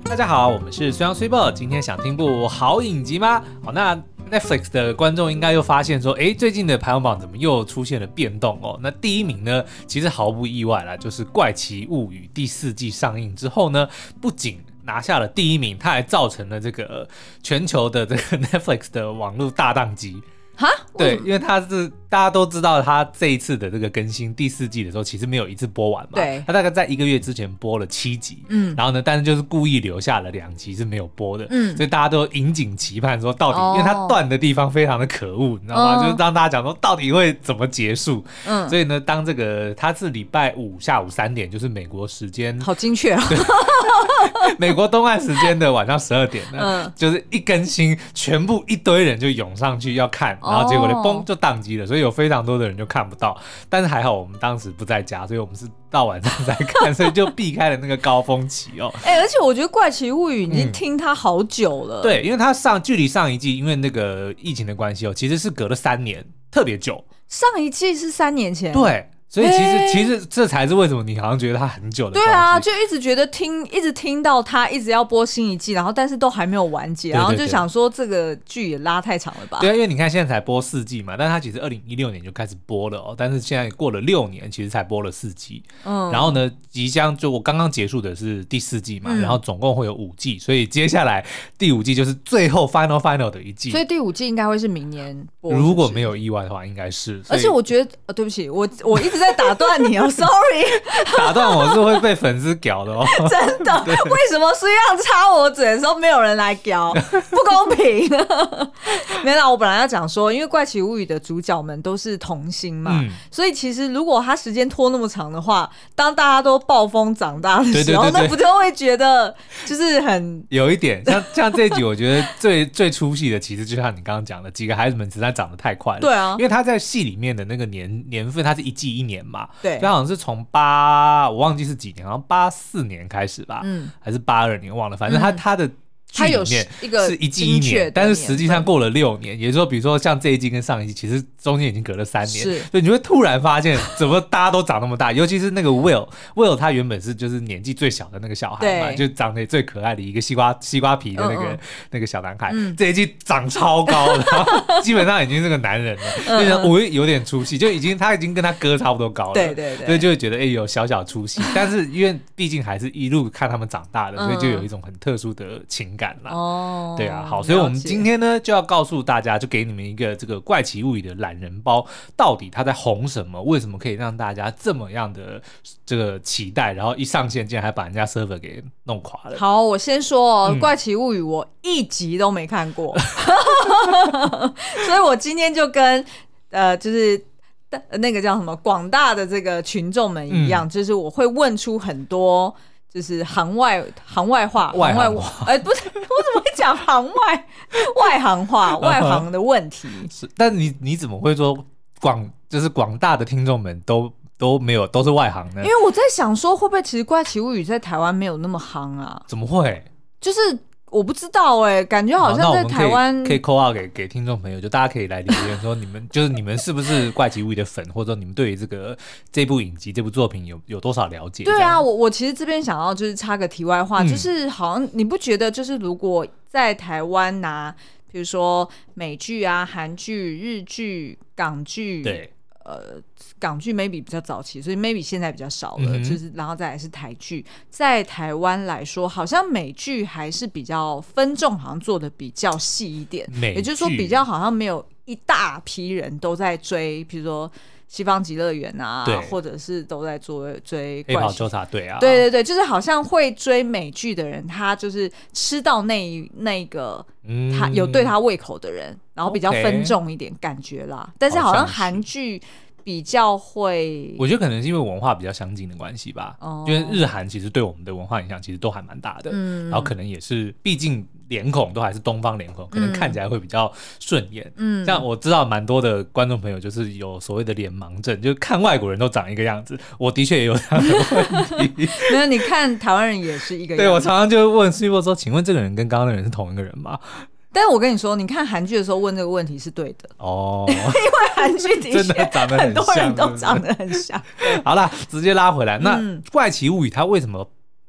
大家好，我们是虽阳虽报，今天想听部好影集吗？好，那 Netflix 的观众应该又发现说，最近的排行榜怎么又出现了变动哦？那第一名呢，其实毫不意外啦，就是《怪奇物语》第4季上映之后呢，不仅拿下了第一名，它还造成了这个全球的这个 Netflix 的网络大宕机。 哈？ 对，因为它是大家都知道，它这一次的这个更新第4季的时候，其实没有一次播完嘛。 对， 它大概在1个月之前播了7集，然后呢，但是就是故意留下了2集是没有播的，所以大家都引颈期盼说到底，因为它断的地方非常的可恶，你知道吗？就是让大家讲说到底会怎么结束。所以呢，当这个它是礼拜5下午3点，就是美国时间， 好精确啊！ 美国东岸时间的晚上12点呢，就是一更新，全部一堆人就涌上去要看。然后结果就嘣就宕机了，所以有非常多的人就看不到。但是还好我们当时不在家，所以我们是到晚上才看，所以就避开了那个高峰期哦。 而且我觉得《怪奇物语》已经听它好久了。 对，因为它距离上一季，因为那个疫情的关系哦，其实是隔了3年，特别久。 上一季是3年前。 对。所以其实这才是为什么你好像觉得它很久的关系。 对啊，就一直觉得一直听到它一直要播新一季，然后但是都还没有完结，然后就想说这个剧也拉太长了吧。 对啊，因为你看现在才播4季嘛，但它其实2016年就开始播了哦，但是现在过了6年，其实才播了4季。然后呢，即将就我刚刚结束的是第4季嘛，然后总共会有5季，所以接下来第5季就是最后 final 的一季。 所以第5季应该会是明年播， 如果没有意外的话，应该是。 而且我觉得，对不起，我一直在打断你哦，sorry， 打断我是会被粉丝屌的哦， 真的。为什么虽然插我嘴的时候没有人来屌，不公平？没啦，我本来要讲说，因为《怪奇物语》的主角们都是童星嘛，所以其实如果他时间拖那么长的话，当大家都暴风长大的时候，那不就会觉得就是很有一点像这一集，我觉得最出戏的，其实就像你刚刚讲的，几个孩子们实在长得太快了。 对啊， 因为他在戏里面的那个年份，他是1季1年嘛。 对， 所以好像是从我忘记是几年，好像84年开始吧，还是82年忘了，反正他的剧里面是1季1年，但是实际上过了6年，也就是说，比如说像这一季跟上一季，其实中间已经隔了3年，所以你会突然发现，怎么大家都长那么大，尤其是那个 Will 他原本是就是年纪最小的那个小孩嘛，就长得最可爱的一个西瓜皮的那个小男孩，这一季长超高的，基本上已经是个男人了，我有点出戏，他已经跟他哥差不多高了，对，所以就会觉得有小小出戏，但是因为毕竟还是一路看他们长大的，所以就有一种很特殊的情感啦。对啊，好，所以我们今天呢就要告诉大家，就给你们一个这个怪奇物语的懒人包，到底它在红什么？为什么可以让大家这么样的这个期待？然后一上线竟然还把人家 server 给弄垮了。 好，我先说怪奇物语我1集都没看过，所以我今天就跟就是那个叫什么广大的这个群众们一样，就是我会问出很多。就是行外话，不是，我怎么会讲外行话，外行的问题？ 但你怎么会说就是广大的听众们都没有都是外行呢？ 因为我在想说，会不会其实《怪奇物语》在台湾没有那么行啊？ 怎么会？ 就是我不知道感觉好像在台湾可以 call out 给听众朋友，就大家可以来留言说你们是不是怪奇物语的粉，或者说你们对于这部影集这部作品有多少了解？ 对啊，我其实这边想要就是插个题外话，就是好像你不觉得就是如果在台湾拿比如说美剧啊、韩剧、日剧、港剧， 对。 港剧 maybe 比较早期，所以 maybe 现在比较少了，就是然后再来是台剧。在台湾来说，好像美剧还是比较分众，好像做的比较细一点，也就是说比较好像没有一大批人都在追，比如说西方极乐园啊，或者是都在追黑袍纠察队啊， 对，就是好像会追美剧的人，他就是吃到那个他有对他胃口的人，然后比较分众一点感觉啦。但是好像韩剧比较会， 我觉得可能是因为文化比较相近的关系吧，因为日韩其实对我们的文化影响其实都还蛮大的，然后可能也是毕竟脸孔都还是东方脸孔，可能看起来会比较顺眼。像我知道蛮多的观众朋友就是有所谓的脸盲症，就看外国人都长一个样子，我的确也有这样的问题。 没有，你看台湾人也是一个样子。 对，我常常就问师傅说，请问这个人跟刚刚的人是同一个人吗？ 但是我跟你说，你看韩剧的时候问这个问题是对的哦，因为韩剧的真的长得很像， 很多人都长得很像。 好啦，直接拉回来。那《怪奇物语》它为什么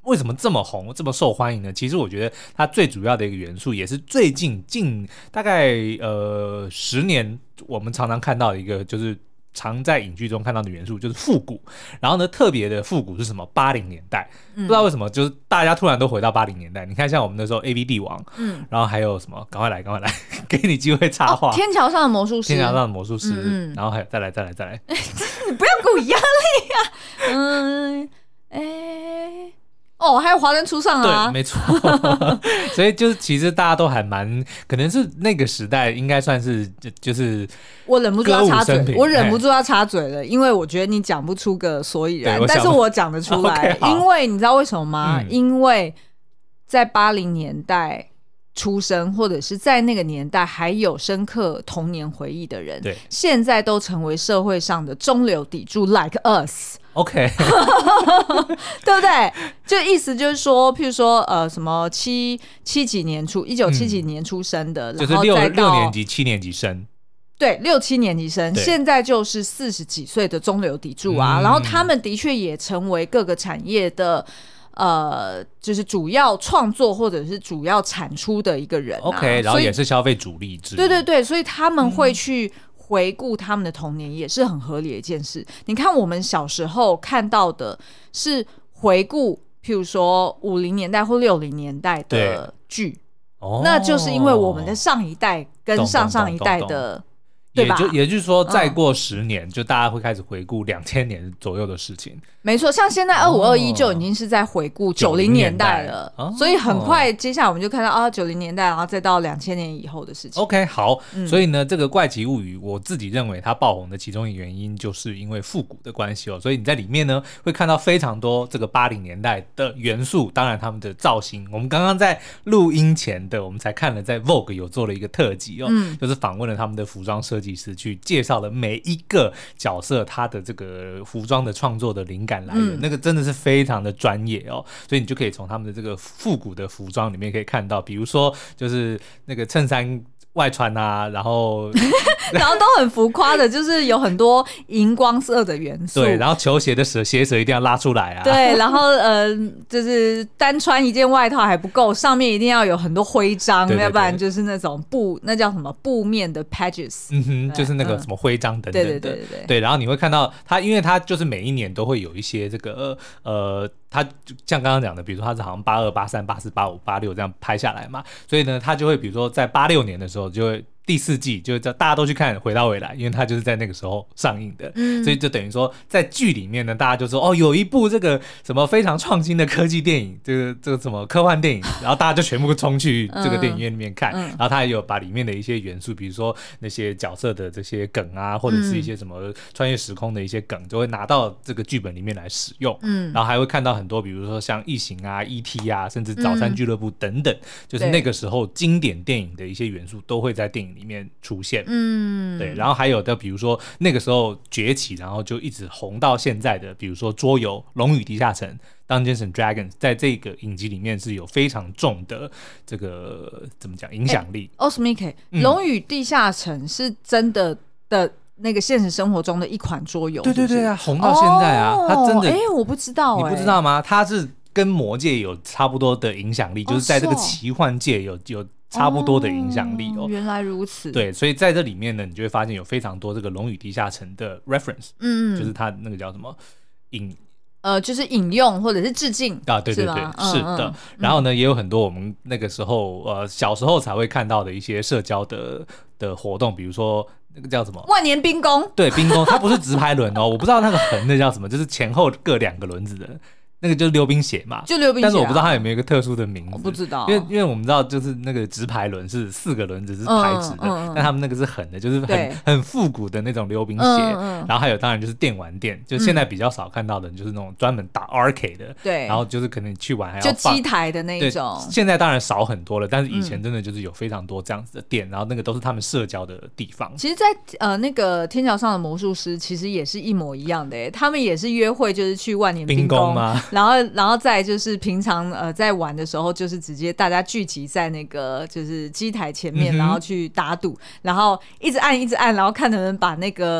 为什么这么红这么受欢迎呢？其实我觉得它最主要的一个元素，也是最近大概10年我们常常看到的一个，就是常在影剧中看到的元素，就是复古。然后呢，特别的复古是什么？80年代，不知道为什么，就是大家突然都回到80年代。你看，像我们那时候 AV 帝王，然后还有什么？赶快来，给你机会插话。 天桥上的魔术师， 天桥上的魔术师，然后还有再来。 你不要给我压力啊！还有华灯初上啊！ 对，没错。所以就是其实大家都还蛮，可能是那个时代应该算是就是我忍不住要插嘴了，因为我觉得你讲不出个所以然，但是我讲得出来，因为你知道为什么吗？因为在80年代出生或者是在那个年代还有深刻童年回忆的人，现在都成为社会上的中流砥柱 like us。OK 对不对？就意思就是说，譬如说什么1970几年出生的， 就是6年级7年级生， 对，6、7年级生，现在就是40几岁的中流砥柱啊。然后他们的确也成为各个产业的就是主要创作或者是主要产出的一个人 OK， 然后也是消费主力之一。 对，所以他们会去回顾他们的童年，也是很合理的一件事。你看我们小时候看到的是回顾譬如说50年代或60年代的剧，那就是因为我们的上一代跟上一代的对吧？ 也就是说再过10年就大家会开始回顾2000年左右的事情。 没错，像现在25、21就已经是在回顾90年代了，所以很快接下来我们就看到90年代，然后再到2000年以后的事情。 OK 好，所以呢这个怪奇物语我自己认为它爆红的其中一个原因就是因为复古的关系所以你在里面呢会看到非常多这个80年代的元素，当然他们的造型我们刚刚在录音前的我们才看了，在 Vogue 有做了一个特辑就是访问了他们的服装设计师，去介绍了每一个角色他的这个服装的创作的灵感来源，那个真的是非常的专业所以你就可以从他们的这个复古的服装里面可以看到，比如说就是那个衬衫外穿啊，然后都很浮夸的，就是有很多荧光色的元素。 对，然后球鞋的鞋舌一定要拉出来啊。 对，然后就是单穿一件外套还不够，上面一定要有很多徽章，要不然就是那种那叫什么布面的 pages， 就是那个什么徽章等等的。对，然后你会看到它，因为它就是每一年都会有一些这个它像刚刚讲的，比如说它是好像82、83、84、85、86这样拍下来嘛，所以呢，它就会比如说在86年的时候就会。第4季就大家都去看回到未来，因为它就是在那个时候上映的，所以就等于说在剧里面呢，大家就说有一部这个什么非常创新的科技电影，这个什么科幻电影，然后大家就全部冲去这个电影院里面看，然后他也有把里面的一些元素，比如说那些角色的这些梗啊，或者是一些什么穿越时空的一些梗，就会拿到这个剧本里面来使用，然后还会看到很多比如说像异形啊、ET 啊，甚至早餐俱乐部等等，就是那个时候经典电影的一些元素都会在电影里面出现，对，然后还有的比如说那个时候崛起，然后就一直红到现在的，比如说桌游《龙与地下城》Dungeons and Dragons， 在这个影集里面是有非常重的这个怎么讲影响力。 Osmike， 龙与地下城是真的那个现实生活中的一款桌游， 对啊，红到现在啊，它真的， 我不知道， 你不知道吗？它是跟魔界有差不多的影响力，就是在这个奇幻界有差不多的影响力原来如此。 对，所以在这里面呢，你就会发现有非常多这个龙与地下城的 reference，就是它那个叫什么就是引用或者是致敬啊，对，是的。然后呢，也有很多我们那个时候小时候才会看到的一些社交的活动，比如说那个叫什么万年冰宫， 对，冰宫它不是直排轮我不知道那个横的叫什么，就是前后各2个轮子的。那个就是溜冰鞋嘛，但是我不知道它有没有一个特殊的名字， 我不知道， 因为我们知道就是那个直排轮是4个轮子是排直的，但他们那个是横的，就是很复古的那种溜冰鞋。然后还有当然就是电玩店，就现在比较少看到的，就是那种专门打 arcade 的， 对， 然后就是可能你去玩还要就机台的那种。 现在当然少很多了，但是以前真的就是有非常多这样子的店，然后那个都是他们社交的地方。 其实在那个天桥上的魔术师其实也是一模一样的他们也是约会就是去万年冰宫吗？ 然后再就是平常在玩的时候，就是直接大家聚集在那个就是机台前面，然后去打赌，然后一直按，然后看能不能把那个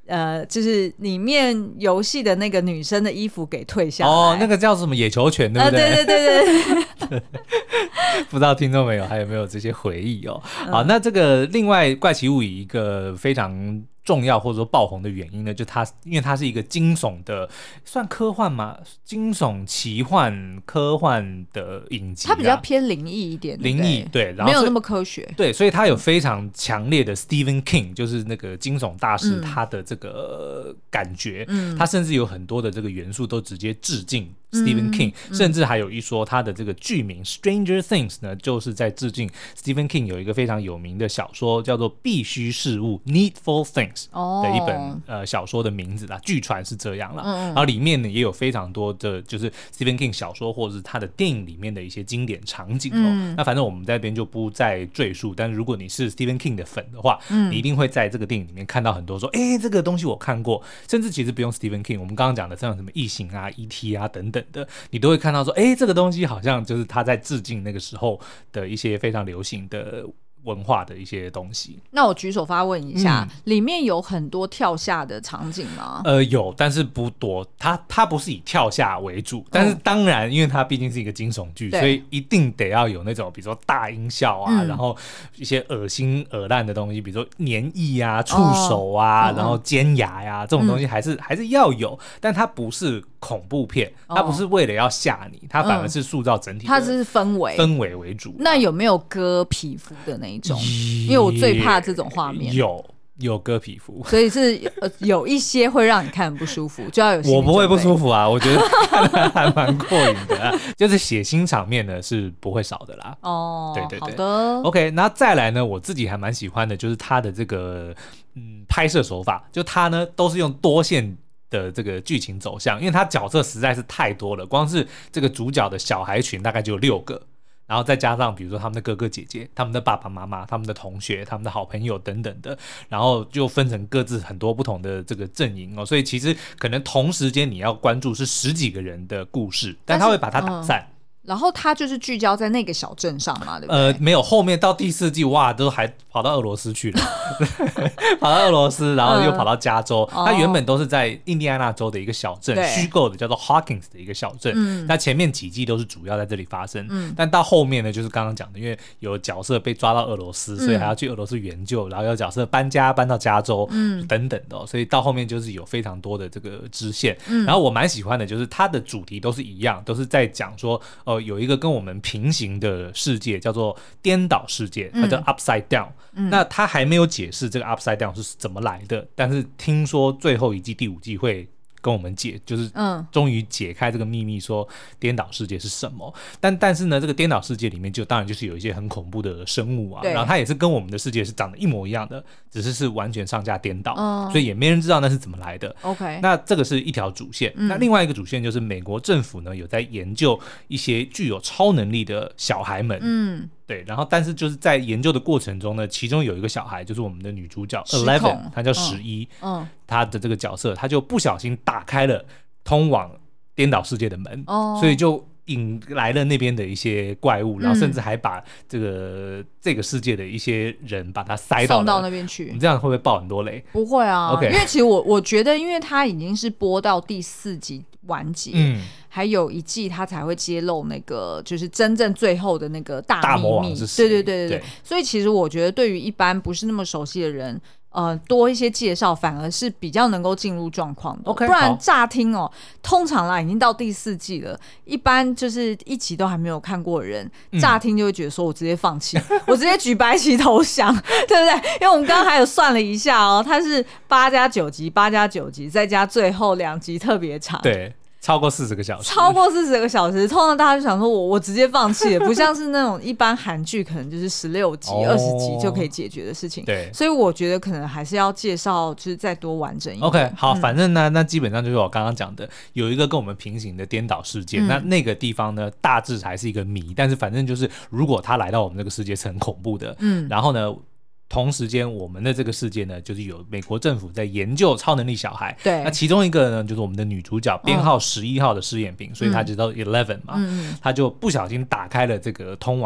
就是里面游戏的那个女生的衣服给退下来。 那个叫什么野球拳，对不对？ 对。 不知道听众朋友还有没有这些回忆哦？好，那这个另外《怪奇物语》一个非常重要或者说爆红的原因呢，就因为它是一个惊悚的，算科幻吗？惊悚奇幻科幻的影集， 它比较偏灵异一点， 灵异对，然后没有那么科学， 对，所以它有非常强烈的 Stephen King， 就是那个惊悚大师他的这个感觉，他甚至有很多的这个元素都直接致敬Stephen King，甚至还有一说他的这个剧名 Stranger Things 呢，就是在致敬 Stephen King 有一个非常有名的小说叫做必须事物 Needful Things 的一本小说的名字啦，据传是这样啦。然后里面呢也有非常多的就是 Stephen King 小说或者是他的电影里面的一些经典场景那反正我们在这边就不再赘述，但是如果你是 Stephen King 的粉的话，你一定会在这个电影里面看到很多说这个东西我看过，甚至其实不用 Stephen King， 我们刚刚讲的像什么异形啊 ET 啊等等的，你都会看到说这个东西好像就是他在致敬那个时候的一些非常流行的文化的一些东西。 那我举手发问一下，里面有很多跳下的场景吗？ 有，但是不多。它不是以跳下为主，但是当然，因为它毕竟是一个惊悚剧，所以一定得要有那种比如说大音效啊，然后一些恶心恶烂的东西，比如说黏液啊、触手啊，然后尖牙呀这种东西还是要有，但它不是恐怖片，它不是为了要吓你，它反而是塑造整体的它是氛围为主。 那有没有割皮肤的那一种？因为我最怕这种画面。 有割皮肤， 所以是有一些会让你看很不舒服，就要有心理准备。 我不会不舒服啊，我觉得看得还蛮过瘾的就是血腥场面呢是不会少的啦。对， 好的 OK， 那再来呢，我自己还蛮喜欢的就是他的这个拍摄手法，就他呢都是用多线的这个剧情走向，因为他角色实在是太多了，光是这个主角的小孩群大概就有6个。然后再加上比如说他们的哥哥姐姐、他们的爸爸妈妈、他们的同学、他们的好朋友等等的，然后就分成各自很多不同的这个阵营所以其实可能同时间你要关注是10几个人的故事，但他会把它打散。 然后他就是聚焦在那个小镇上嘛，对不对？ 没有，后面到第4季哇，都还跑到俄罗斯去了，跑到俄罗斯，然后又跑到加州。他原本都是在印第安纳州的一个小镇，虚构的叫做 Hawkins 的一个小镇。那前面几季都是主要在这里发生，但到后面呢，就是刚刚讲的，因为有角色被抓到俄罗斯，所以还要去俄罗斯援救，然后有角色搬到加州，等等的所以到后面就是有非常多的这个支线。然后我蛮喜欢的就是它的主题都是一样，都是在讲说有一个跟我们平行的世界叫做颠倒世界，它叫 Upside Down。那他还没有解释这个 Upside Down 是怎么来的，但是听说最后一季第5季会跟我们就是终于解开这个秘密，说颠倒世界是什么。但是呢，这个颠倒世界里面当然就是有一些很恐怖的生物啊，然后它也是跟我们的世界是长得一模一样的，只是完全上下颠倒，所以也没人知道那是怎么来的。 OK， 那这个是一条主线。那另外一个主线就是美国政府呢有在研究一些具有超能力的小孩们。对，然后但是就是在研究的过程中呢，其中有一个小孩就是我们的女主角 Eleven， 她叫11，她的这个角色她就不小心打开了通往颠倒世界的门，所以就引来了那边的一些怪物，然后甚至还把这个世界的一些人把它送到那边去。 你这样会不会爆很多雷？ 不会啊 ，OK， 因为其实我觉得，因为它已经是播到第4集完结，还有1季它才会揭露那个就是真正最后的那个大秘密。对，所以其实我觉得对于一般不是那么熟悉的人。多一些介绍反而是比较能够进入状况的。 Okay， 不然乍听通常啦已经到第4季了，一般就是1集都还没有看过的人，乍听就会觉得说我直接放弃我直接举白旗投降对不对？因为我们刚刚还有算了一下它是8加9集8加9集再加最后2集特别长， 对，超过40个小时， 通常大家就想说我直接放弃了，不像是那种一般韩剧可能就是16集、20集就可以解决的事情。 对， 所以我觉得可能还是要介绍就是再多完整一点。 OK， 好，反正呢那基本上就是我刚刚讲的有一个跟我们平行的颠倒世界，那个地方呢大致还是一个谜，但是反正就是如果他来到我们这个世界是很恐怖的。然后呢同时间我们的这个世界呢就是有美国政府在研究超能力小孩， 对， 那其中一个呢就是我们的女主角编号11号的试验品，所以她就叫 Eleven 嘛，她就不小心打开了这个通往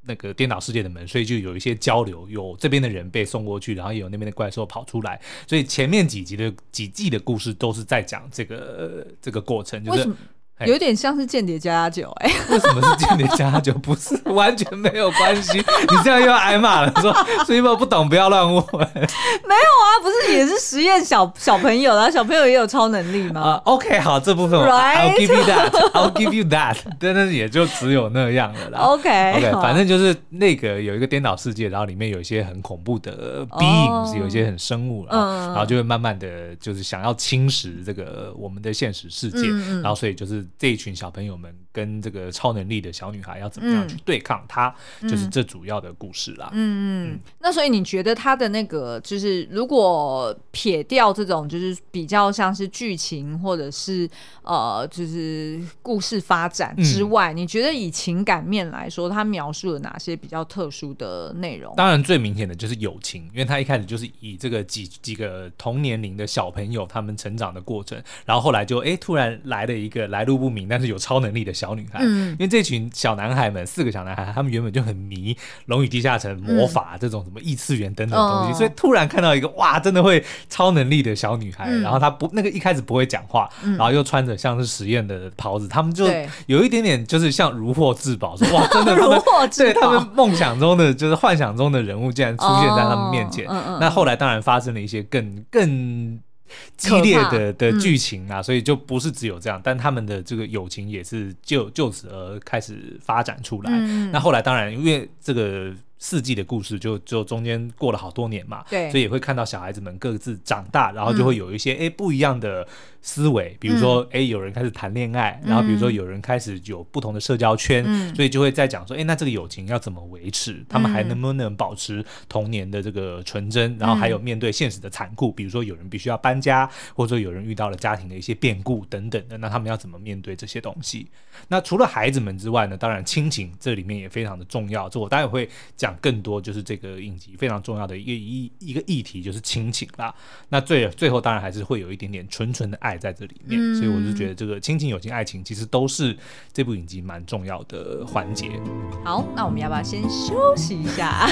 那个颠倒世界的门，所以就有一些交流，有这边的人被送过去，然后也有那边的怪兽跑出来，所以前面几季的故事都是在讲这个过程，就是有点像是间谍加加酒为什么是间谍加加酒？不是，完全没有关系。你这样又要挨骂了，说所以不懂不要乱问。没有啊，不是也是实验小朋友啦，小朋友也有超能力吗 ？OK， 好，这部分 I'll give you that，I'll give you that， 但是也就只有那样了啦。 OK， 反正就是那个有一个颠倒世界，然后里面有一些很恐怖的 beings，有一些很生物，然后就会慢慢的就是想要侵蚀这个我们的现实世界，然后所以就是这一群小朋友们跟这个超能力的小女孩要怎么样去对抗她，就是这主要的故事啦。 那所以你觉得她的那个就是如果撇掉这种就是比较像是剧情或者是就是故事发展之外，你觉得以情感面来说，她描述了哪些比较特殊的内容？ 当然最明显的就是友情，因为她一开始就是以这个几个同年龄的小朋友他们成长的过程，然后后来就突然来了一个来路不明但是有超能力的小女孩，因为这群小男孩们4个小男孩他们原本就很迷龙与地下城魔法这种什么异次元等等的东西，所以突然看到一个哇真的会超能力的小女孩，然后她那个一开始不会讲话，然后又穿着像是实验的袍子，他们就有一点点就是像如获至宝，说哇真的如获至宝， 对他们梦想中的就是幻想中的人物竟然出现在他们面前，那后来当然发生了一些更激烈的剧情啊，所以就不是只有这样，但他们的这个友情也是就此而开始发展出来。那后来当然因为这个4季的故事就中间过了好多年嘛， 对， 所以也会看到小孩子们各自长大，然后就会有一些不一样的思维，比如说有人开始谈恋爱，然后比如说有人开始有不同的社交圈，所以就会在讲说那这个友情要怎么维持，他们还能不能保持童年的这个纯真，然后还有面对现实的残酷，比如说有人必须要搬家，或者说有人遇到了家庭的一些变故等等的，那他们要怎么面对这些东西。那除了孩子们之外呢，当然亲情这里面也非常的重要，这我待会会讲更多，就是这个影集非常重要的一个议题就是亲情啦。那最后当然还是会有一点点纯纯的爱在这里面，所以我就觉得这个亲情友情爱情其实都是这部影集蛮重要的环节。 好，那我们要不要先休息一下？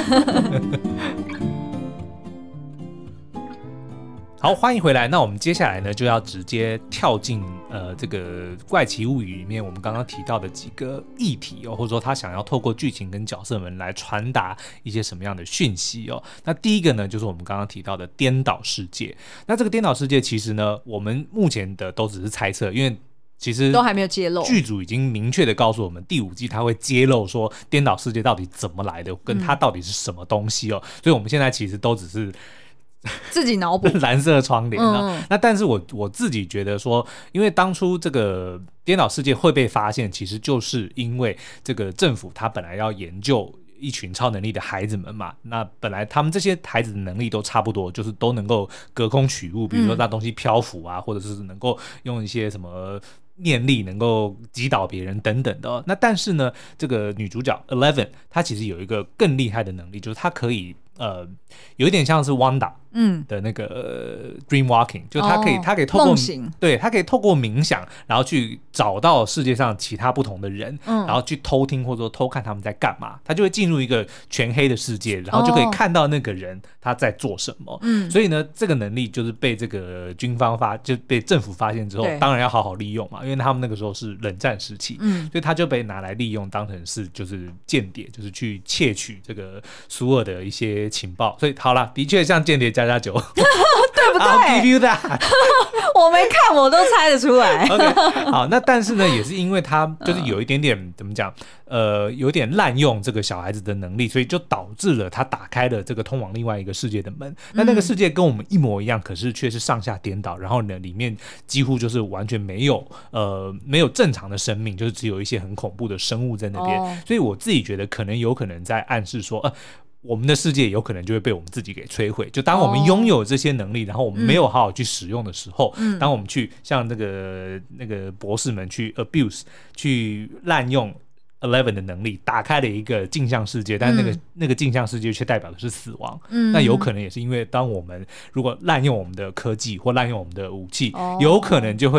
好，欢迎回来。那我们接下来呢，就要直接跳进这个怪奇物语里面我们刚刚提到的几个议题或者说他想要透过剧情跟角色们来传达一些什么样的讯息那第一个呢，就是我们刚刚提到的颠倒世界。那这个颠倒世界其实呢，我们目前的都只是猜测，因为其实都还没有揭露， 剧组已经明确的告诉我们第5季他会揭露说颠倒世界到底怎么来的，跟它到底是什么东西所以我们现在其实都只是自己脑补蓝色窗帘那但是我自己觉得说，因为当初这个颠倒世界会被发现，其实就是因为这个政府他本来要研究一群超能力的孩子们嘛，那本来他们这些孩子的能力都差不多，就是都能够隔空取物，比如说让东西漂浮啊，或者是能够用一些什么念力能够击倒别人等等的那但是呢，这个女主角 Eleven 她其实有一个更厉害的能力，就是她可以有一点像是 Wanda 的那个dream walking， 就他可以透过对，他可以透过冥想，然后去找到世界上其他不同的人，然后去偷听或者说偷看他们在干嘛，他就会进入一个全黑的世界，然后就可以看到那个人他在做什么。所以呢，这个能力就是被这个军方就被政府发现之后，当然要好好利用嘛，因为他们那个时候是冷战时期，所以他就被拿来利用，当成是就是间谍，就是去窃取这个苏俄的一些情报。所以好啦，的确像间谍加加酒对不对？ I'll give you that 我没看我都猜得出来 okay， 好，那但是呢也是因为他就是有一点点怎么讲有点滥用这个小孩子的能力，所以就导致了他打开了这个通往另外一个世界的门。那个世界跟我们一模一样，可是却是上下颠倒，然后呢里面几乎就是完全没有正常的生命，就是只有一些很恐怖的生物在那边。所以我自己觉得有可能在暗示说我们的世界有可能就会被我们自己给摧毁，就当我们拥有这些能力，然后我们没有好好去使用的时候，当我们去像那个博士们去 abuse 去滥用 Eleven 的能力，打开了一个镜像世界，但那个镜像世界却代表的是死亡。那有可能也是因为当我们如果滥用我们的科技或滥用我们的武器，有可能就会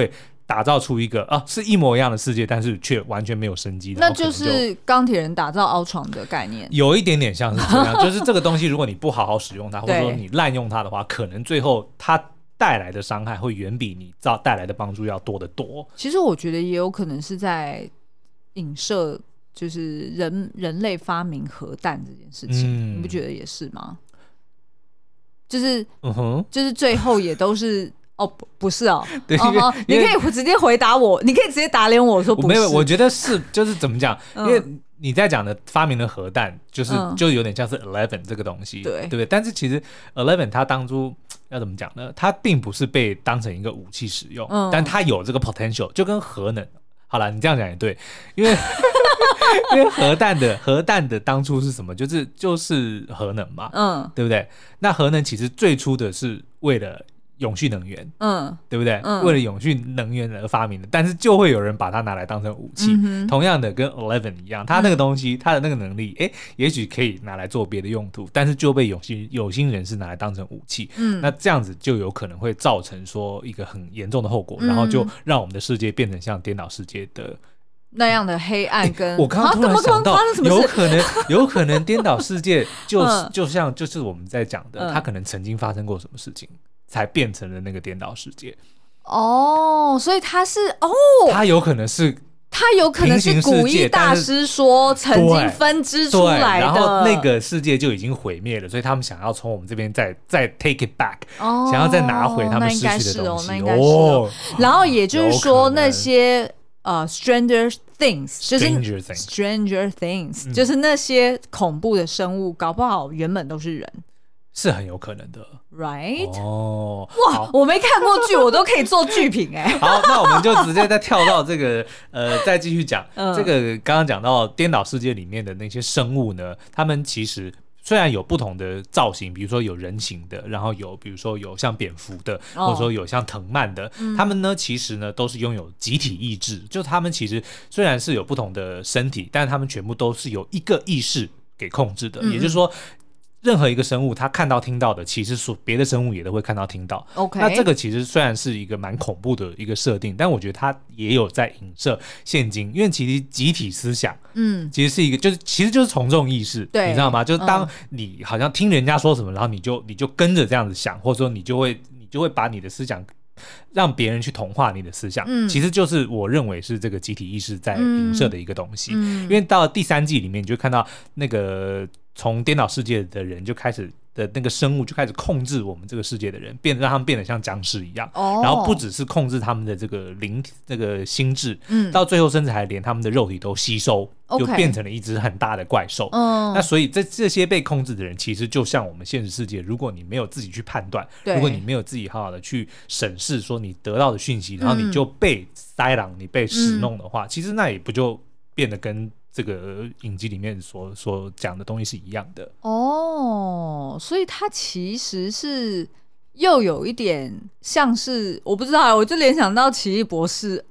打造出一个是一模一样的世界，但是却完全没有生机的， 那就是钢铁人打造Ultron的概念， 有一点点像是这样。就是这个东西如果你不好好使用它，或者说你滥用它的话，可能最后它带来的伤害会远比你带来的帮助要多得多。 其实我觉得也有可能是在影射就是人类发明核弹这件事情，你不觉得也是吗？就是就是最后也都是不是对你可以直接回答我，你可以直接打脸我说不是。 没有，我觉得是，就是怎么讲？因为你在讲的发明的核弹，就有点像是 11这个东西，对不对？但是其实 11它当初要怎么讲呢？它并不是被当成一个武器使用，但它有这个 potential， 就跟核能。好了，你这样讲也对，因为核弹的当初是什么？就是核能嘛，对不对？那核能其实最初的是为了永续能源，对不对？为了永续能源而发明的，但是就会有人把它拿来当成武器。同样的，跟 11一样，它那个东西，它的那个能力，也许可以拿来做别的用途，但是就被有心人士拿来当成武器。那这样子就有可能会造成说一个很严重的后果，然后就让我们的世界变成像颠倒世界的那样的黑暗跟。 我刚刚突然想到，有可能颠倒世界就像就是我们在讲的，它可能曾经发生过什么事情。才变成了那个颠倒世界所以他是他有可能是古一大师说曾经分支出来的， 然后那个世界就已经毁灭了，所以他们想要从我们这边再 take it back，想要再拿回他们失去的东西。 然后也就是说那些Stranger Things 就是 Stranger Things 就是那些恐怖的生物，搞不好原本都是人。 是很有可能的 ，right？ 哇，我没看过剧，我都可以做剧评好，那我们就直接再跳到这个再继续讲这个刚刚讲到颠倒世界里面的那些生物呢，他们其实虽然有不同的造型，比如说有人形的，然后比如说有像蝙蝠的，或者说有像藤蔓的，他们呢其实呢都是拥有集体意志，就他们其实虽然是有不同的身体，但是他们全部都是由一个意识给控制的，也就是说。任何一个生物它看到听到的，其实别的生物也都会看到听到。那这个其实虽然是一个蛮恐怖的一个设定，但我觉得它也有在影射现今，因为其实集体思想，其实是一个其实就是从众意识，你知道吗？就是当你好像听人家说什么，然后你就跟着这样子想，或者说你就会把你的思想让别人去同化你的思想，其实就是我认为是这个集体意识在影射的一个东西。因为到了第3季里面，你就看到那个从颠倒世界的人就开始的那个生物就开始控制我们这个世界的人，让他们变得像僵尸一样。然后不只是控制他们的这个这个心智，到最后甚至还连他们的肉体都吸收，就变成了一只很大的怪兽。那所以这些被控制的人，其实就像我们现实世界，如果你没有自己去判断，如果你没有自己好好的去审视说你得到的讯息，然后你就被塞狼，你被使弄的话，其实那也不就变得跟这个影集里面所讲的东西是一样的。 所以它其实是又有一点像是，我不知道，我就联想到奇异博士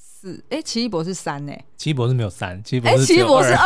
4，奇异博士3 奇异博士没有3，奇异博士奇异博士2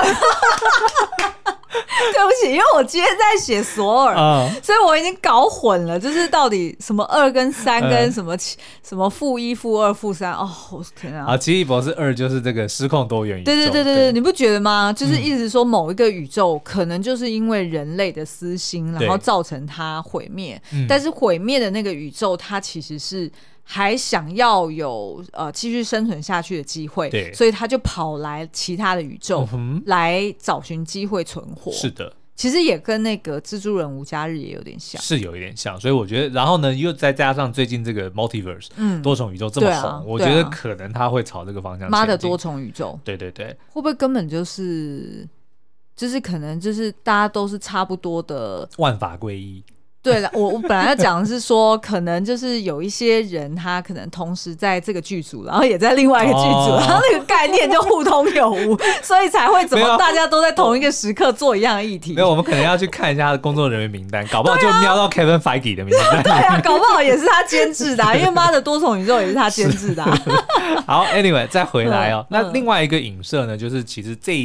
对不起，因为我今天在写索尔，所以我已经搞混了，就是到底什么2跟3跟什么-1、-2、-3，我天啊！ 奇异博士2就是这个失控多元宇宙。 对，你不觉得吗？就是一直说某一个宇宙可能就是因为人类的私心，然后造成它毁灭，但是毁灭的那个宇宙，它其实是还想要有继续生存下去的机会，所以他就跑来其他的宇宙来找寻机会存活。 是的， 其实也跟那个蜘蛛人无家日也有点像， 是有一点像。所以我觉得，然后呢，又再加上最近这个 multiverse 多重宇宙这么红，我觉得可能他会朝这个方向前进。 妈的多重宇宙， 对， 会不会根本就是可能就是大家都是差不多的万法归一？ 对了，我本来要讲的是说，可能就是有一些人，他可能同时在这个剧组，然后也在另外一个剧组，然后那个概念就互通有无，所以才会怎么大家都在同一个时刻做一样的议题。 没有，我们可能要去看一下他的工作人员名单，搞不好就瞄到 Kevin Feige 的名单。 对啊，搞不好也是他监制的因为妈的多重宇宙也是他监制的好 ，Anyway， 再回来那另外一个影射呢，就是其实这一季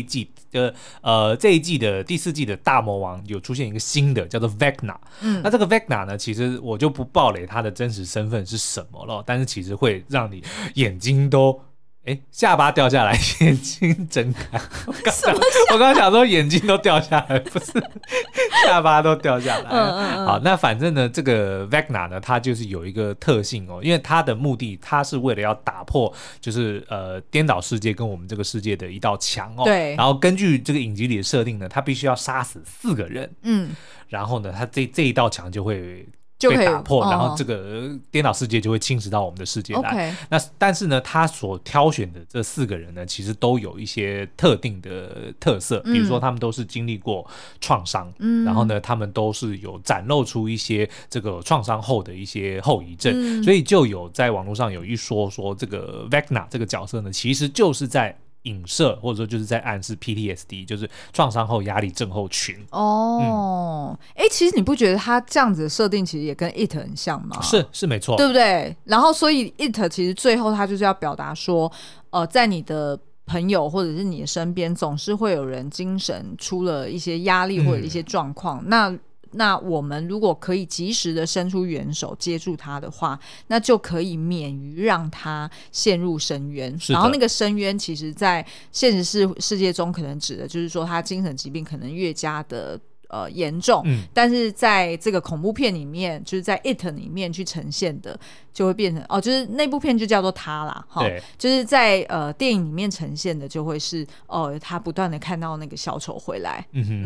这一季的第4季的大魔王有出现一个新的叫做 Vecna。那这个 Vecna 呢，其实我就不爆雷他的真实身份是什么了，但是其实会让你眼睛都下巴掉下来，眼睛睁开。我刚刚想说眼睛都掉下来，不是下巴都掉下来。好，那反正呢，这个 Vecna 呢，它就是有一个特性哦，因为它的目的，它是为了要打破就是颠倒世界跟我们这个世界的一道墙哦。 对。 然后根据这个影集里的设定呢，它必须要杀死4个人。然后呢，它这一道墙就会被打破，然后这个颠倒世界就会侵蚀到我们的世界来。那但是呢，他所挑选的这4个人呢，其实都有一些特定的特色，比如说他们都是经历过创伤，然后呢，他们都是有展露出一些这个创伤后的一些后遗症，所以就有在网络上有一说这个 Vecna 这个角色呢，其实就是在影射或者说就是在暗示 PTSD， 就是创伤后压力症候群。 其实你不觉得他这样子的设定其实也跟 It 很像吗？ 是没错， 对不对？然后所以 It 其实最后他就是要表达说在你的朋友或者是你的身边总是会有人精神出了一些压力或者一些状况，那我们如果可以及时的伸出援手接住他的话，那就可以免于让他陷入深渊。然后那个深渊其实在现实世界中可能指的就是说他精神疾病可能越加的严重，但是在这个恐怖片里面，就是在 It 里面去呈现的就会变成就是那部片就叫做他啦，就是在电影里面呈现的就会是他不断的看到那个小丑回来。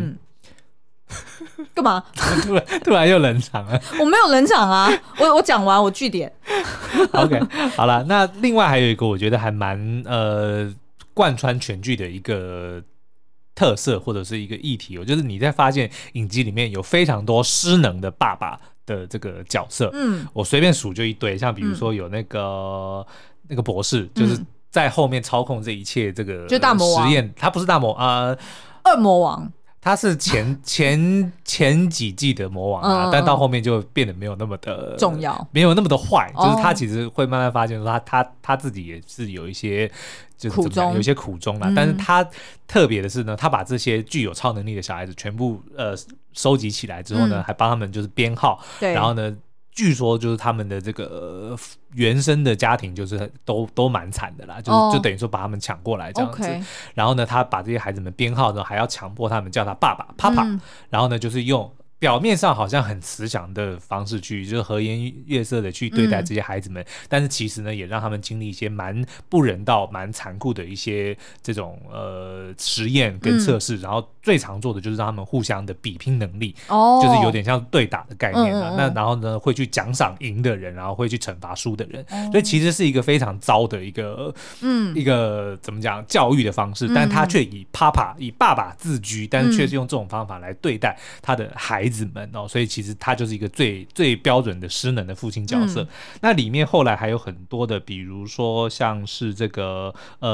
干嘛？ 突然又冷场了。 我没有冷场啊，我讲完我句点。 OK， 好了，那另外还有一个我觉得还蛮贯穿全剧的一个特色或者是一个议题，就是你在发现影集里面有非常多失能的爸爸的这个角色。我随便数就一堆，像比如说有那个博士，就是在后面操控这一切这个就大魔王实验，他不是大魔二魔王。 他是前几季的魔王但到后面就变得没有那么的重要， 没有那么的坏，就是他其实会慢慢发现说他自己也是有一些就是苦衷， 有一些苦衷啦。但是他特别的是呢，他把这些具有超能力的小孩子全部收集起来之后呢，还帮他们就是编号，然后呢。据说就是他们的这个原生的家庭就是都蛮惨的啦，就等于说把他们抢过来这样子。然后呢，他把这些孩子们编号呢，还要强迫他们叫他爸爸 Papa，然后呢，就是用表面上好像很慈祥的方式去，就是和颜悦色的去对待这些孩子们，但是其实呢，也让他们经历一些蛮不人道、蛮残酷的一些这种实验跟测试，然后最常做的就是让他们互相的比拼能力，就是有点像对打的概念那然后呢，会去奖赏赢的人，然后会去惩罚输的人，所以其实是一个非常糟的一个怎么讲教育的方式，但他却以爸爸自居，但是却是用这种方法来对待他的孩子们所以其实他就是一个最标准的失能的父亲角色。那里面后来还有很多的，比如说像是这个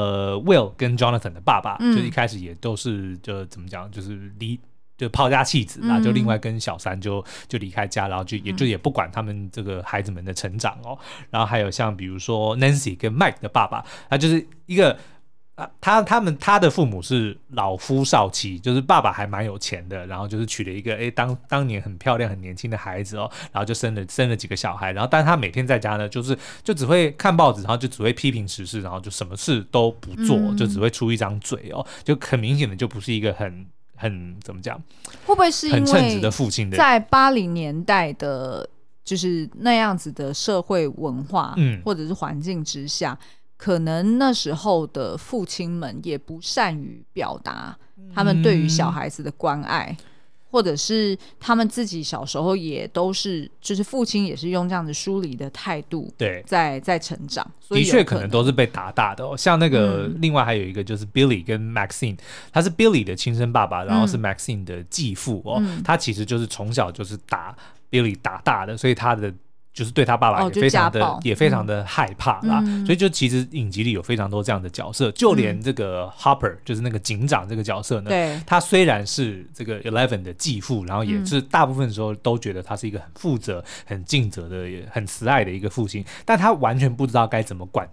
Will 跟 Jonathan 的爸爸，就一开始也都是就怎么讲，就是就抛家弃子啦，就另外跟小三就离开家，然后也不管他们这个孩子们的成长然后还有像比如说 Nancy 跟 Mike 的爸爸，他就是一个他的父母是老夫少妻，就是爸爸还蛮有钱的，然后就是娶了一个当年很漂亮很年轻的孩子然后就生了几个小孩，然后但是他每天在家呢就只会看报纸，然后就只会批评时事，然后就什么事都不做，就只会出一张嘴就很明显的就不是一个很怎么讲， 会不会是因为很称职的父亲的， 在80年代的就是那样子的社会文化或者是环境之下，可能那时候的父亲们也不善于表达他们对于小孩子的关爱，或者是他们自己小时候也都是就是父亲也是用这样的疏离的态度在成长，所以的确可能都是被打大的像那个另外还有一个就是 Billy 跟 Maxine， 他是 Billy 的亲生爸爸，然后是 Maxine 的继父他其实就是从小就是打 Billy 打大的，所以他的就是对他爸爸也非常的害怕啦，所以就其实影集里有非常多这样的角色，就连这个 Hopper 就是那个警长这个角色呢，他虽然是这个 Eleven 的继父，然后也是大部分时候都觉得他是一个很负责很尽责的也很慈爱的一个父亲，但他完全不知道该怎么管教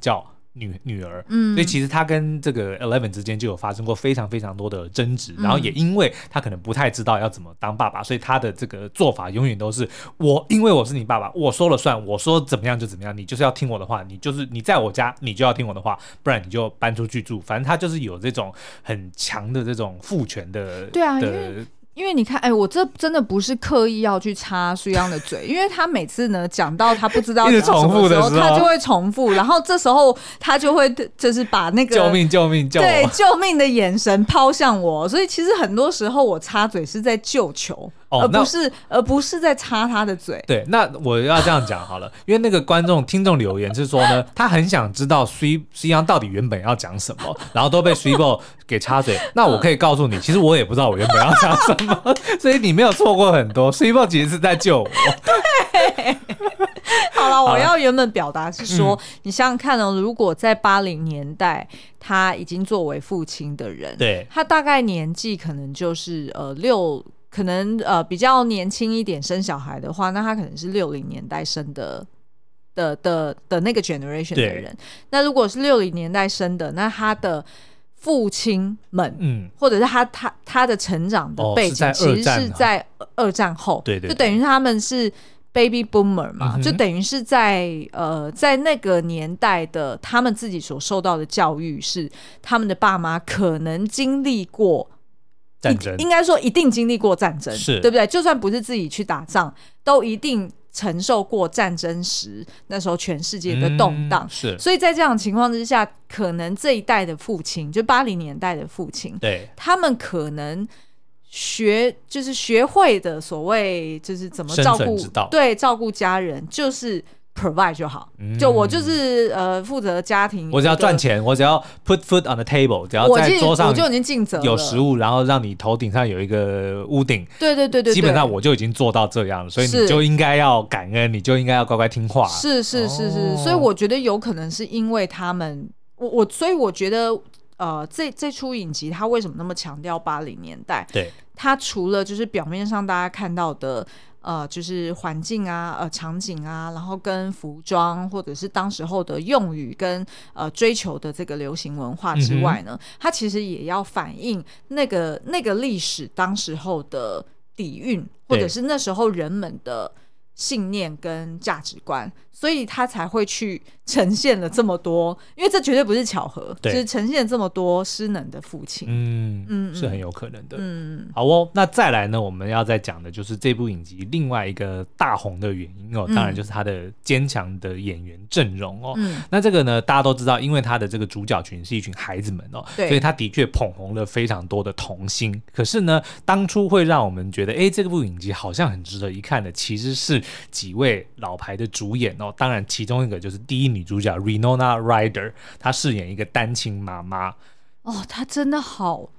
女儿，所以其实他跟这个 Eleven 之间就有发生过非常非常多的争执，然后也因为他可能不太知道要怎么当爸爸，所以他的这个做法永远都是因为我是你爸爸，我说了算，我说怎么样就怎么样，你就是要听我的话，你在我家你就要听我的话，不然你就搬出去住，反正他就是有这种很强的这种父权的。 对啊，因为你看，我这真的不是刻意要去插苏央的嘴，因为他每次呢讲到他不知道讲什么时候，他就会重复，然后这时候他就会就是把那个救命救命救我， 对，救命的眼神抛向我，所以其实很多时候我插嘴是在救球。而不是在插他的嘴。 对，那我要这样讲好了，因为那个听众留言是说呢，他很想知道苏央到底原本要讲什么，然后都被苏波给插嘴。那我可以告诉你，其实我也不知道我原本要讲什么，所以你没有错过很多。苏波其实是在救我。 对，好了，我要原本表达是说，你想想看哦，如果在80年代他已经作为父亲的人， 对， 他大概年纪可能就是可能比较年轻一点生小孩的话，那他可能是60年代生的那个 generation 的人。那如果是60年代生的，那他的父亲们，或者是他的成长的背景，其实是在二战后，对，就等于他们是 baby boomer 嘛，就等于是在那个年代的他们自己所受到的教育是他们的爸妈可能经历过战争， 应该说一定经历过战争， 是对不对？就算不是自己去打仗，都一定承受过战争时那时候全世界的动荡， 是。 所以在这样的情况之下，可能这一代的父亲，就80年代的父亲， 对， 他们可能学会的所谓就是怎么照顾，对，照顾家人，就是 provide 就好，就我就是负责家庭， 我只要赚钱，我只要 put food on the table， 只要在桌上我就已经尽责了， 有食物，然后让你头顶上有一个屋顶， 对， 基本上我就已经做到这样了，所以你就应该要感恩，你就应该要乖乖听话。 是，所以我觉得有可能是因为他们，所以我觉得这出影集它为什么那么强调80年代？ 对， 它除了就是表面上大家看到的就是环境啊、场景啊，然后跟服装或者是当时候的用语跟追求的这个流行文化之外呢，它其实也要反映那个历史当时候的底蕴，或者是那时候人们的信念跟价值观，所以他才会去呈现了这么多，因为这绝对不是巧合，就是呈现了这么多失能的父亲， 是很有可能的。好哦，那再来呢，我们要再讲的就是这部影集另外一个大红的原因哦，当然就是他的坚强的演员阵容哦。那这个呢，大家都知道，因为他的这个主角群是一群孩子们哦，所以他的确捧红了非常多的童星。可是呢，当初会让我们觉得，这部影集好像很值得一看的，其实是几位老牌的主演哦。当然，其中一个就是第一女主角 Winona Ryder， 她饰演一个单亲妈妈。 哦，她真的好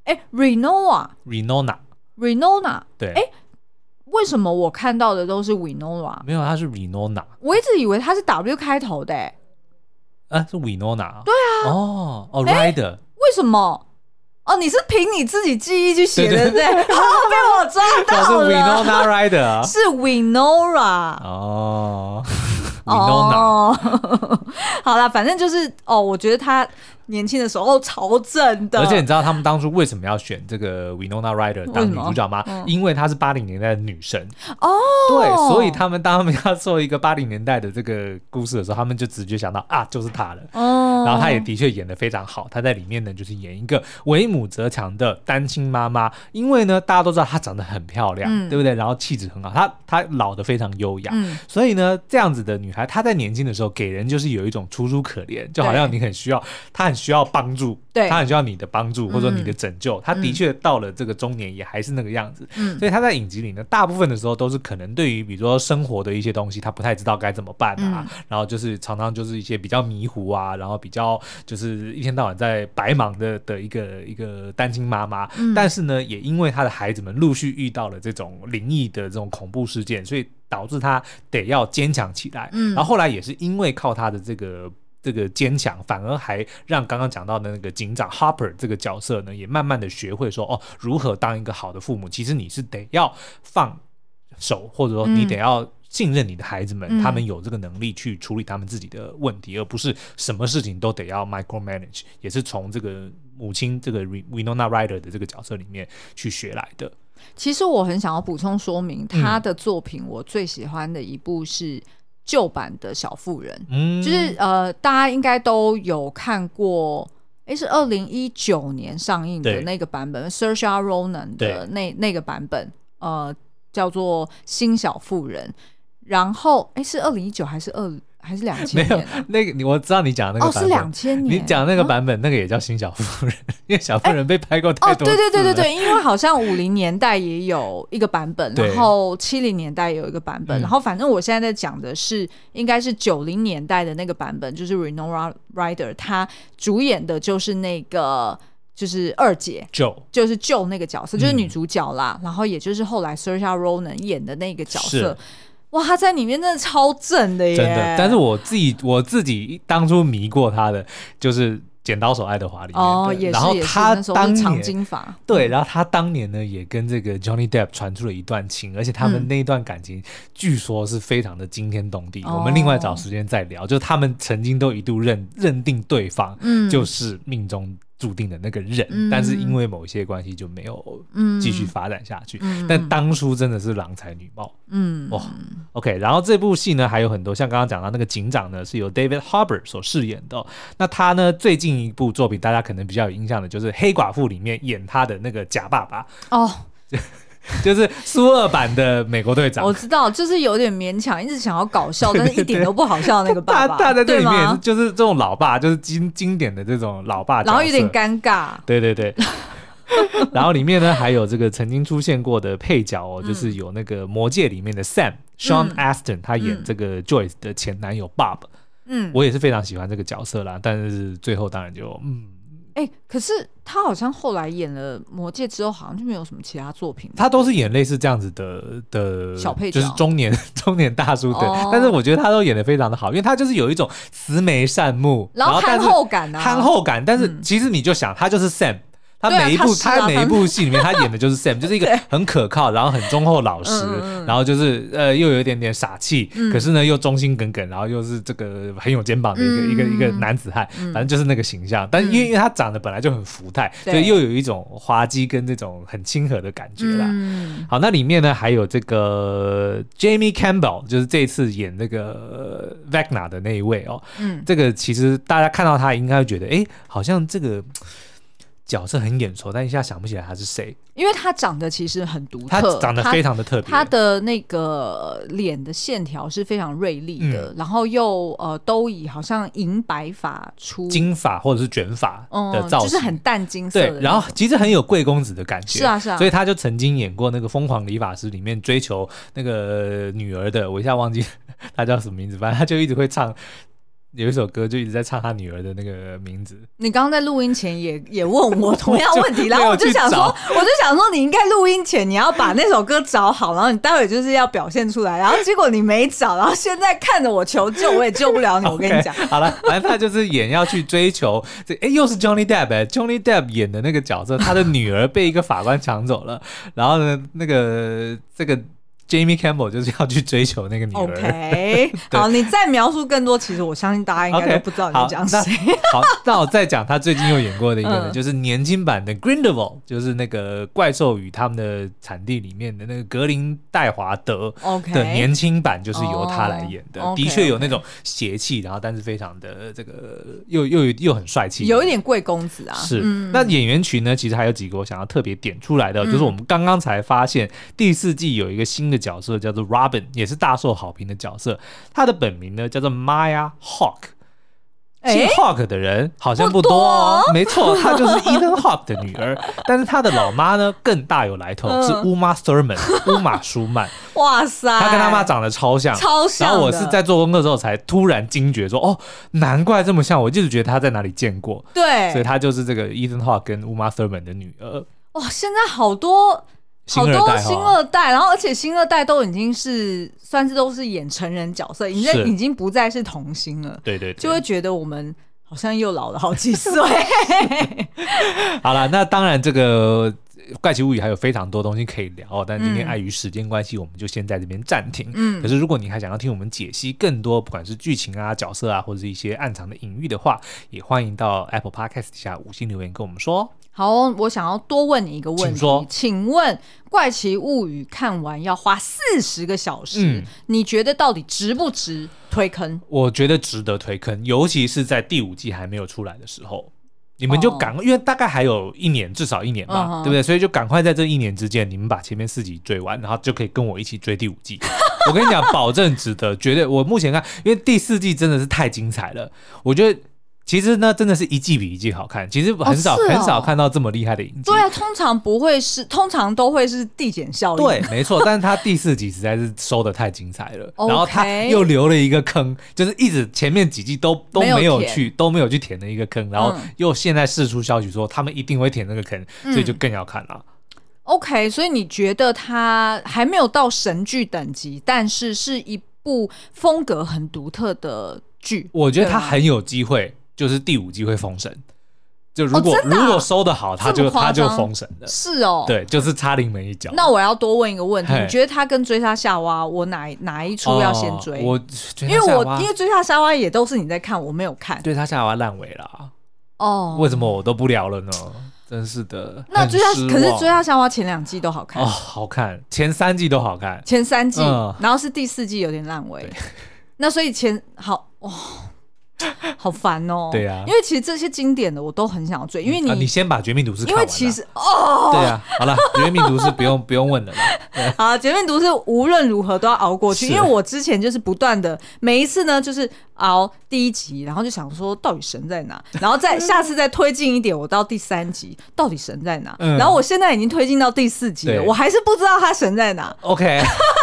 ，Winona， 对，为什么我看到的都是 Winona？ 没有，她是 Winona， 我一直以为她是 W 开头的。 是 Winona。 对啊。 Ryder， 为什么？你是凭你自己记忆去写的，对不对？被我抓到了。 是 Winona Ryder， 是 Winona。 Winona。 好啦，反正就是我觉得他年轻的时候超正的， 而且你知道他们当初为什么要选这个 Winona Ryder 当女主角吗？因为她是80年代的女神对，所以当他们要做一个80年代的这个故事的时候，他们就直觉想到就是她了。然后她也的确演得非常好，她在里面呢就是演一个为母则强的单亲妈妈。因为呢大家都知道她长得很漂亮，对不对？然后气质很好，她老得非常优雅，所以呢这样子的女孩，她在年轻的时候给人就是有一种楚楚可怜，就好像你她很需要帮助，她很需要你的帮助或者你的拯救。她的确到了这个中年也还是那个样子，所以她在影集里呢大部分的时候都是可能对于比如说生活的一些东西她不太知道该怎么办然后就是常常就是一些比较迷糊然后比较就是一天到晚在白忙的一个单亲妈妈。但是呢也因为她的孩子们陆续遇到了这种灵异的这种恐怖事件，所以导致她得要坚强起来。然后后来也是因为靠她的这个坚强，反而还让刚刚讲到的那个警长 Harper 这个角色呢，也慢慢的学会说如何当一个好的父母。其实你是得要放手，或者说你得要信任你的孩子们，他们有这个能力去处理他们自己的问题，而不是什么事情都得要 micromanage， 也是从这个母亲这个 Winona Ryder 的这个角色里面去学来的。 其实我很想要补充说明，他的作品我最喜欢的一部是旧版的小妇人，就是大家应该都有看过，是2019年上映的那个版本 Saoirse Ronan 的那个版本，叫做新小妇人。然后是2019还是2000年、啊、 没有那个我知道你讲的那个版本是2000年， 你讲那个版本、那个也叫新小妇人，因为小妇人被拍过太多次了。 对，因为好像50年代也有一个版本，然后70年代也有一个版本，然后反正我现在在讲的是应该是90年代的那个版本，就是 Winona Ryder 她主演的就是那个就是二姐 Joe， 就是Joe那个角色，就是女主角啦，然后也就是后来 Saoirse Ronan 演的那个角色。哇，他在里面真的超正的耶！ 真的，但是我自己当初迷过他的就是《剪刀手爱德华》里面的， 也是， 然后他当年长金发， 对，然后他当年呢也跟这个 Johnny Depp 传出了一段情，而且他们那一段感情据说是非常的惊天动地。我们另外找时间再聊，就是他们曾经都一度认定对方就是命中注定的那个人，但是因为某些关系就没有继续发展下去，但当初真的是郎才女貌。哇 OK， 然后这部戏呢还有很多，像刚刚讲到那个警长呢是由 David Harbour 所饰演的，那他呢最近一部作品大家可能比较有印象的就是黑寡妇里面演他的那个假爸爸就是苏俄版的美国队长。 我知道，就是有点勉强，一直想要搞笑，但是一点都不好笑的那个爸爸。 他在这里面也是就是这种老爸，就是经典的这种老爸角色， 然后有点尴尬。 对然后里面呢还有这个曾经出现过的配角就是有那个魔戒里面的 Sean Astin， 他演这个 Joyce 的前男友 Bob。我也是非常喜欢这个角色啦，但是最后当然就可是他好像后来演了《魔戒》之后，好像就没有什么其他作品。 他都是演类似这样子的小配角， 就是中年大叔的。但是我觉得他都演得非常的好，因为他就是有一种慈眉善目， 然后憨厚感憨厚感。但是其实你就想，他就是 Sam。他每一部戏里面他演的就是 Sam， 就是一个很可靠，然后很忠厚老实，然后就是又有一点点傻气，可是呢又忠心耿耿，然后又是这个很有肩膀的一个男子汉，反正就是那个形象。但因为他长得本来就很福态，所以又有一种滑稽跟这种很亲和的感觉啦。好，那里面呢还有这个 Jamie Campbell， 就是这一次演那个 Vecna 的那一位这个其实大家看到他应该会觉得好像这个角色很眼熟，但一下想不起来他是谁， 因为他长得其实很独特， 他长得非常的特别， 他的那个脸的线条是非常锐利的，然后又都以好像银白发出金发或者是卷发的造型， 就是很淡金色的， 对，然后其实很有贵公子的感觉， 是啊， 所以他就曾经演过那个《疯狂理发师》里面追求那个女儿的，我一下忘记他叫什么名字，反正他就一直会唱。有一首歌就一直在唱他女儿的那个名字。 你刚刚在录音前也问我同样问题，然后我就想说你应该录音前你要把那首歌找好，然后你待会就是要表现出来，然后结果你没找，然后现在看着我求救，我也救不了你。我跟你讲， 好了，反正他就是演要去追求，又是 Johnny Depp，Johnny Depp 演的那个角色，他的女儿被一个法官抢走了，然后呢，这个。Jamie Campbell 就是要去追求那个女儿。 OK， 好，你再描述更多，其实我相信大家应该都不知道你在讲谁。 好，那我再讲他最近又演过的一个呢，就是年轻版的 Grindelwald， 就是那个怪兽与他们的产地里面的那个格林戴华德的年轻版，就是由他来演的。的确有那种邪气，然后但是非常的这个又很帅气， 有一点贵公子啊。 是，那演员群呢，其实还有几个我想要特别点出来的，就是我们刚刚才发现第4季有一个新的角色叫做 Robin， 也是大受好评的角色。他的本名呢叫做 Maya Hawke， 姓 Hawke 的人好像不多没错，她就是 Ethan Hawke 的女儿。但是她的老妈呢更大有来头，是 Uma Thurman， 乌玛舒曼。 哇塞， 她跟她妈长得超像，然后我是在做功课之后才突然惊觉说，难怪这么像，我就是觉得她在哪里见过。 对， 所以她就是这个 Ethan Hawke 跟 Uma Thurman 的女儿。 哇，现在好多新二代，然后而且新二代都已经是算是都是演成人角色，已经不再是童星了。 对， 就会觉得我们好像又老了好几岁。 好了，那当然这个怪奇物语还有非常多东西可以聊，但今天碍于时间关系，我们就先在这边暂停。可是如果你还想要听我们解析更多，不管是剧情啊、角色啊，或者是一些暗藏的隐喻的话，也欢迎到 Apple Podcast 底下5星留言跟我们说。 好，我想要多问你一个问题，请问怪奇物语看完要花40个小时，你觉得到底值不值推坑？ 我觉得值得推坑，尤其是在第5季还没有出来的时候，你们就赶快，因为大概还有1年，至少1年吧，对不对？所以就赶快在这1年之间，你们把前面4集追完，然后就可以跟我一起追第5季。我跟你讲，保证值得，绝对。我目前看，因为第4季真的是太精彩了，我觉得。其实呢，真的是一季比一季好看。其实很少看到这么厉害的影集。 对啊，通常都会是递减效应。 对，没错。但是他第4集实在是收的太精彩了，然后他又留了一个坑，就是一直前面几季都没有去填的一个坑，然后又现在释出消息说他们一定会填那个坑，所以就更要看了。 OK， 所以你觉得它还没有到神剧等级，但是是一部风格很独特的剧。 我觉得它很有机会。就是第5季会封神，就如果收得好，他就封神的。 是哦， 对，就是差临门一脚。 那我要多问一个问题，你觉得他跟追杀夏娃，我哪一出要先追？因为追杀夏娃也都是你在看，我没有看。 追杀夏娃烂尾啦。哦，为什么我都不聊了呢？真是的。 那可是追杀夏娃前2季都好看哦， 好看，前3季都好看， 前3季，然后是第4季有点烂尾。那所以好烦哦！ 对啊， 因为其实这些经典的我都很想要追，因为你先把《绝命毒师》看完。 因为其实对啊，好了，《绝命毒师》不用问了啦。 好，《绝命毒师》无论如何都要熬过去，因为我之前就是不断的每一次呢，就是熬第1集，然后就想说到底神在哪，然后再下次再推进一点，我到第3集到底神在哪，然后我现在已经推进到第4集了，我还是不知道他神在哪。 OK。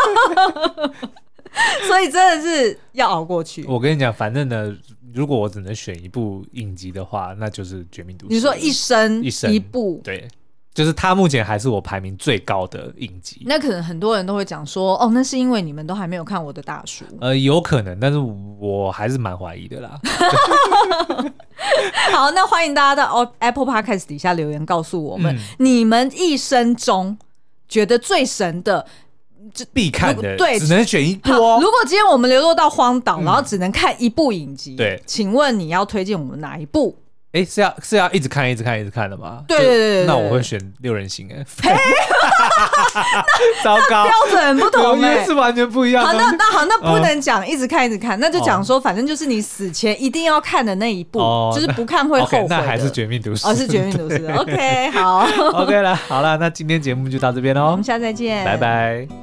所以真的是要熬过去。 我跟你讲，反正呢，如果我只能选一部影集的话，那就是《绝命毒师》。 你说一生一部， 对，就是它目前还是我排名最高的影集。 那可能很多人都会讲说，哦，那是因为你们都还没有看我的大叔。 有可能，但是我还是蛮怀疑的啦。 好，那欢迎大家到 Apple Podcast 底下留言告诉我们，你们一生中觉得最神的。 必看的，对，只能选一部哦。 如果今天我们流落到荒岛，然后只能看一部影集， 对， 请问你要推荐我们哪一部？ 是要一直看的吗？ 对， 那我会选6人行糟糕， 标准不同是完全不一样。 好，那不能讲一直看，那就讲说，反正就是你死前一定要看的那一部，就是不看会后悔的。 那还是《绝命毒师》 是《绝命毒师》。OK， 好 ，OK 了，好了，那今天节目就到这边喽， 我们下次再见， 拜拜。